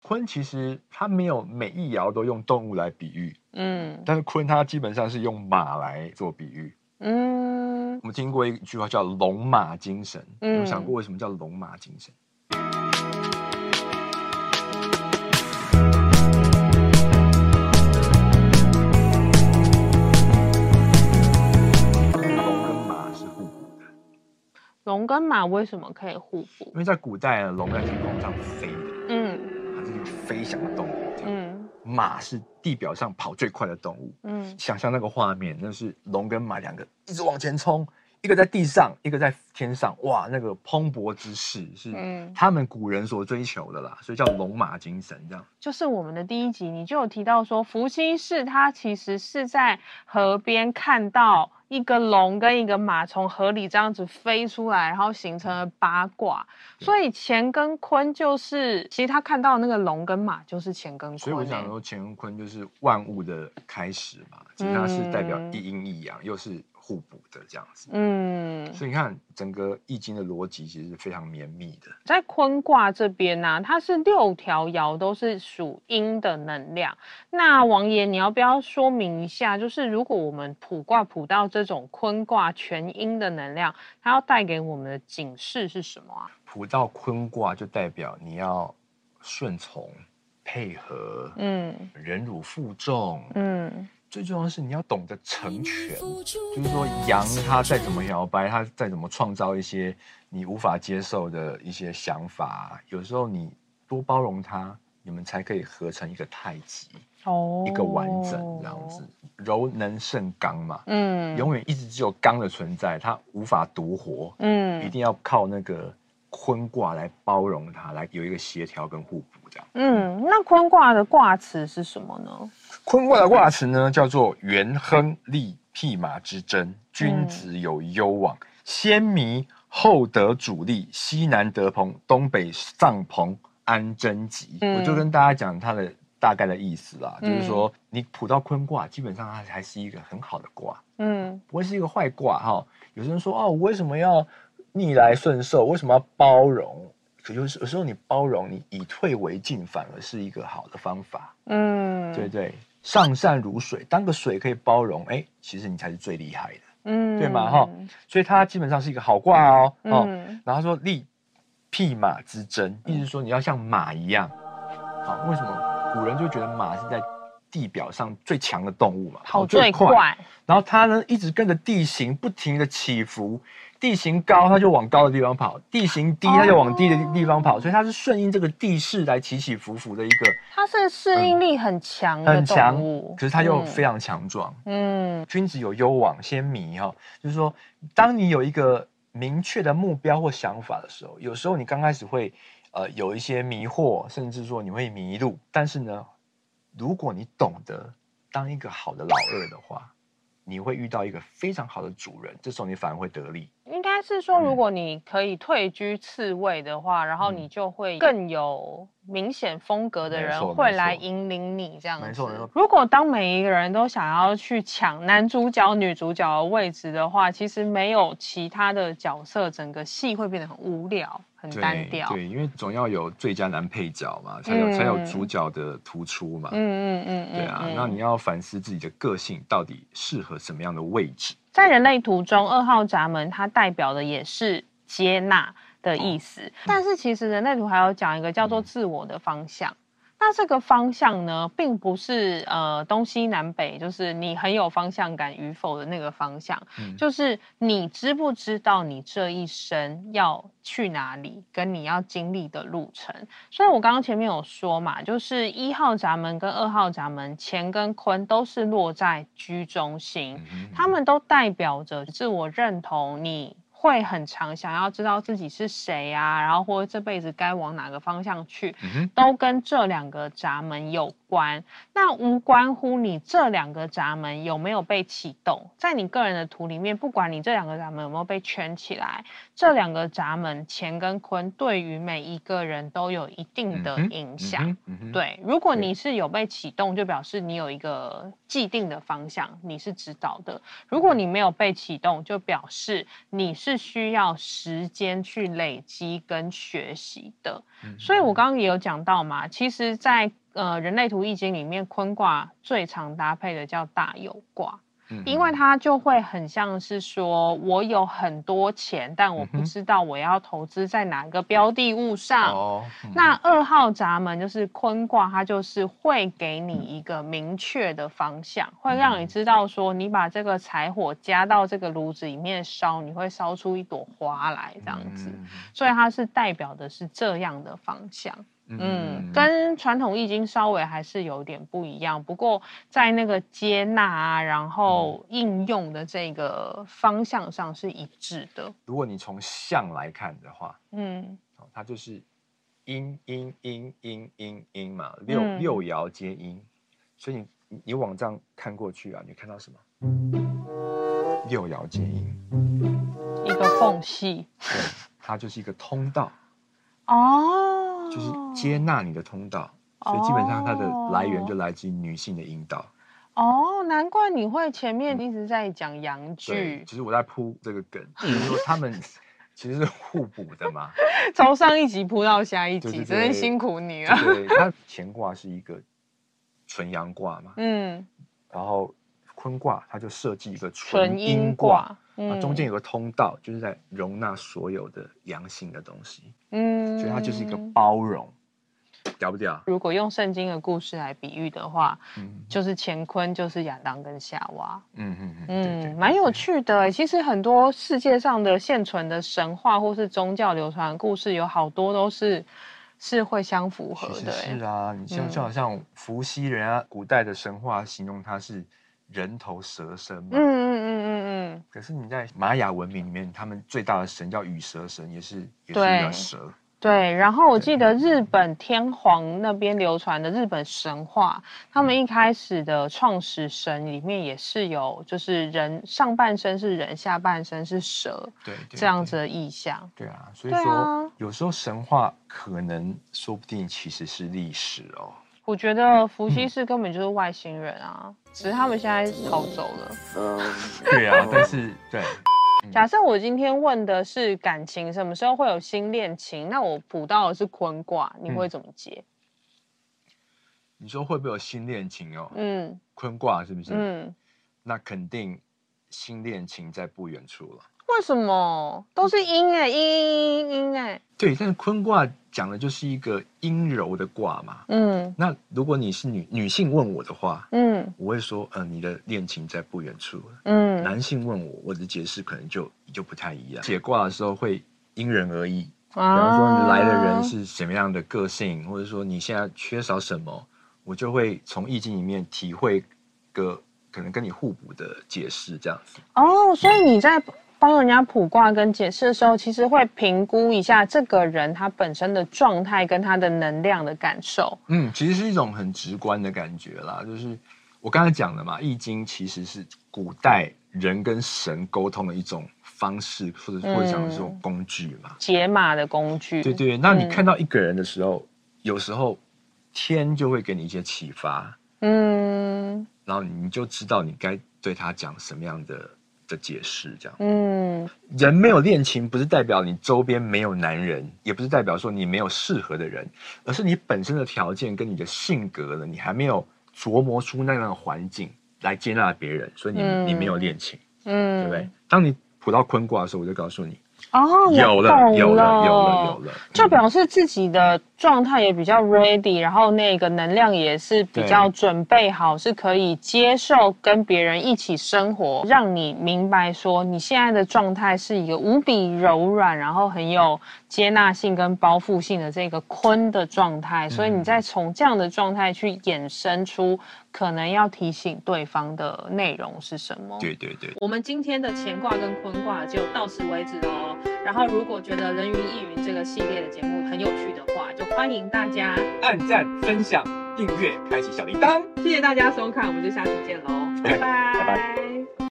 鲲其实它没有每一爻都用动物来比喻，但是鲲它基本上是用马来做比喻。我们听过一句话叫龙马精神，有没有想过为什么叫龙马精神？ 龙跟马为什么可以互补？ 因为在古代呢，龙在天空上飞的，它是一个飞翔的动物，马是地表上跑最快的动物，想象那个画面，那是龙跟马两个一直往前冲，一个在地上，一个在天上，哇，那个蓬勃之势是他们古人所追求的啦，所以叫龙马精神这样。 就是我们的第一集，你就有提到说，伏羲氏他其实是在河边看到一个龙跟一个马从河里这样子飞出来，然后形成了八卦。所以乾跟坤就是，其实他看到那个龙跟马就是乾跟坤。 所以我想说，乾跟坤就是万物的开始嘛，其实它是代表一阴一阳，又是互补的这样子。所以你看，整个易经的逻辑其实是非常绵密的。 在坤卦这边呢，它是6条爻都是属阴的能量。那王爷，你要不要说明一下，就是如果我们卜卦卜到这种坤卦全阴的能量，它要带给我们的警示是什么啊？ 卜到坤卦就代表你要顺从、配合，忍辱负重，最重要的是你要懂得成全，就是说羊它再怎么摇摆，它再怎么创造一些你无法接受的一些想法，有时候你多包容它，你们才可以合成一个太极，一个完整这样子。柔能胜刚嘛，永远一直只有刚的存在，它无法独活，一定要靠那个坤卦来包容它，来有一个协调跟互补这样。 那坤卦的卦辞是什么呢？ 坤卦的卦辞呢，叫做元亨利匹马之争，君子有攸往，先迷后得主力，西南得朋，东北上朋，安贞吉。我就跟大家讲它的大概的意思啦，就是说你卜到坤卦，基本上它还是一个很好的卦，不会是一个坏卦哈。有些人说我为什么要逆来顺受？为什么要包容？有时候你包容，你以退为进，反而是一个好的方法。对对，上善如水，当个水可以包容，其实你才是最厉害的，对吗？哈，所以它基本上是一个好卦哦。然后他说利匹马之争，意思说你要像马一样。好，为什么古人就觉得马是在地表上最强的动物嘛， 跑最快。 然后它呢一直跟着地形不停的起伏。地形高，它就往高的地方跑；地形低，它就往低的地方跑。所以它是顺应这个地势来起起伏伏的一个。 它是适应力很强的动物， 可是它又非常强壮。君子有攸往，先迷哈，就是说，当你有一个明确的目标或想法的时候，有时候你刚开始会有一些迷惑，甚至说你会迷路。但是呢，如果你懂得当一个好的老二的话，你会遇到一个非常好的主人，这时候你反而会得力。 应该是说，如果你可以退居次位的话，然后你就会更有明显风格的人会来引领你这样子。没错。如果当每一个人都想要去抢男主角、女主角的位置的话，其实没有其他的角色，整个戏会变得很无聊。很单调， 对，因为总要有最佳男配角嘛，才有主角的突出嘛，对啊，那你要反思自己的个性到底适合什么样的位置。 在人类图中，2号闸门它代表的也是接纳的意思，但是其实人类图还有讲一个叫做自我的方向。那这个方向呢，并不是东西南北，就是你很有方向感与否的那个方向，就是你知不知道你这一生要去哪里，跟你要经历的路程。所以我刚刚前面有说嘛，就是1号闸门跟2号闸门，乾跟坤都是落在居中心，他们都代表着自我认同，你会很常想要知道自己是谁啊，然后或者这辈子该往哪个方向去，都跟这2个闸门有关。那无关乎你这2个闸门有没有被启动，在你个人的图里面，不管你这2个闸门有没有被圈起来，这2个闸门乾跟坤对于每一个人都有一定的影响。对，如果你是有被启动，就表示你有一个既定的方向，你是知道的。如果你没有被启动，就表示你是需要时间去累积跟学习的。所以我刚刚也有讲到嘛，其实在人类图易经里面，坤卦最常搭配的叫大有卦。因为它就会很像是说，我有很多钱，但我不知道我要投资在哪个标的物上。那2号闸门就是坤卦，它就是会给你一个明确的方向，会让你知道说，你把这个柴火加到这个炉子里面烧，你会烧出一朵花来这样子。所以它是代表的是这样的方向。跟传统易经稍微还是有点不一样，不过在那个接纳啊，然后应用的这个方向上是一致的。 如果你从象来看的话，它就是阴嘛，六爻皆阴，所以你往这样看过去啊，你看到什么？6爻皆阴， 一个缝隙， 对，它就是一个通道。就是接纳你的通道，所以基本上它的来源就来自于女性的阴道。 难怪你会前面一直在讲阳具。 其实我在铺这个梗，就是说他们其实是互补的嘛。 从上一集铺到下一集，真的辛苦你了。 对，它乾卦是一个纯阳卦嘛，然后坤卦它就设计一个纯阴卦。中间有个通道，就是在容纳所有的阳性的东西，所以它就是一个包容，屌不屌？ 如果用圣经的故事来比喻的话，就是乾坤就是亚当跟夏娃，蛮有趣的。其实很多世界上的现存的神话或是宗教流传的故事，有好多都是会相符合的。 是啊，你就好像伏羲人啊，古代的神话形容它是人头蛇身嘛，可是你在玛雅文明里面，他们最大的神叫羽蛇神，也是一个蛇。 对，然后我记得日本天皇那边流传的日本神话，他们一开始的创始神里面也是有，就是人上半身是人，下半身是蛇，对，这样子的意象。 对啊，所以说有时候神话可能说不定其实是历史哦。 我觉得伏羲氏根本就是外星人啊，只是他们现在逃走了。 对啊，但是对。 假设我今天问的是感情什么时候会有新恋情，那我卜到的是坤卦，你会怎么接？ 你说会不会有新恋情哦？坤卦是不是？那肯定新恋情在不远处了。 为什么？都是阴阴对，但是坤卦讲的就是一个阴柔的卦嘛。那如果你是女性问我的话，我会说，你的恋情在不远处了。男性问我的解释可能就不太一样。解卦的时候会因人而异，比方说你来的人是什么样的个性，或者说你现在缺少什么，我就会从易经里面体会个可能跟你互补的解释这样子。 所以你在帮人家卜卦跟解释的时候，其实会评估一下这个人他本身的状态跟他的能量的感受。 其实是一种很直观的感觉啦，就是我刚才讲的嘛，易经其实是古代人跟神沟通的一种方式，或者讲的这种工具嘛， 解码的工具。 对，那你看到一个人的时候，有时候天就会给你一些启发，然后你就知道你该对他讲什么样的解释，这样。人没有恋情，不是代表你周边没有男人，也不是代表说你没有适合的人，而是你本身的条件跟你的性格呢，你还没有琢磨出那样的环境来接纳别人，所以你没有恋情，对不对？当你卜到坤卦的时候，我就告诉你，有了， 就表示自己的状态也比较 ready， 然后那个能量也是比较准备好，是可以接受跟别人一起生活，让你明白说你现在的状态是一个无比柔软，然后很有接纳性跟包覆性的这个坤的状态，所以你再从这样的状态去衍生出可能要提醒对方的内容是什么。 对， 我们今天的乾卦跟坤卦就到此为止咯。然后如果觉得人云亦云这个系列的节目很有趣的话，就欢迎大家按赞、分享、 订阅，开启小铃铛。 谢谢大家收看，我们就下次见喽，拜拜。 拜拜。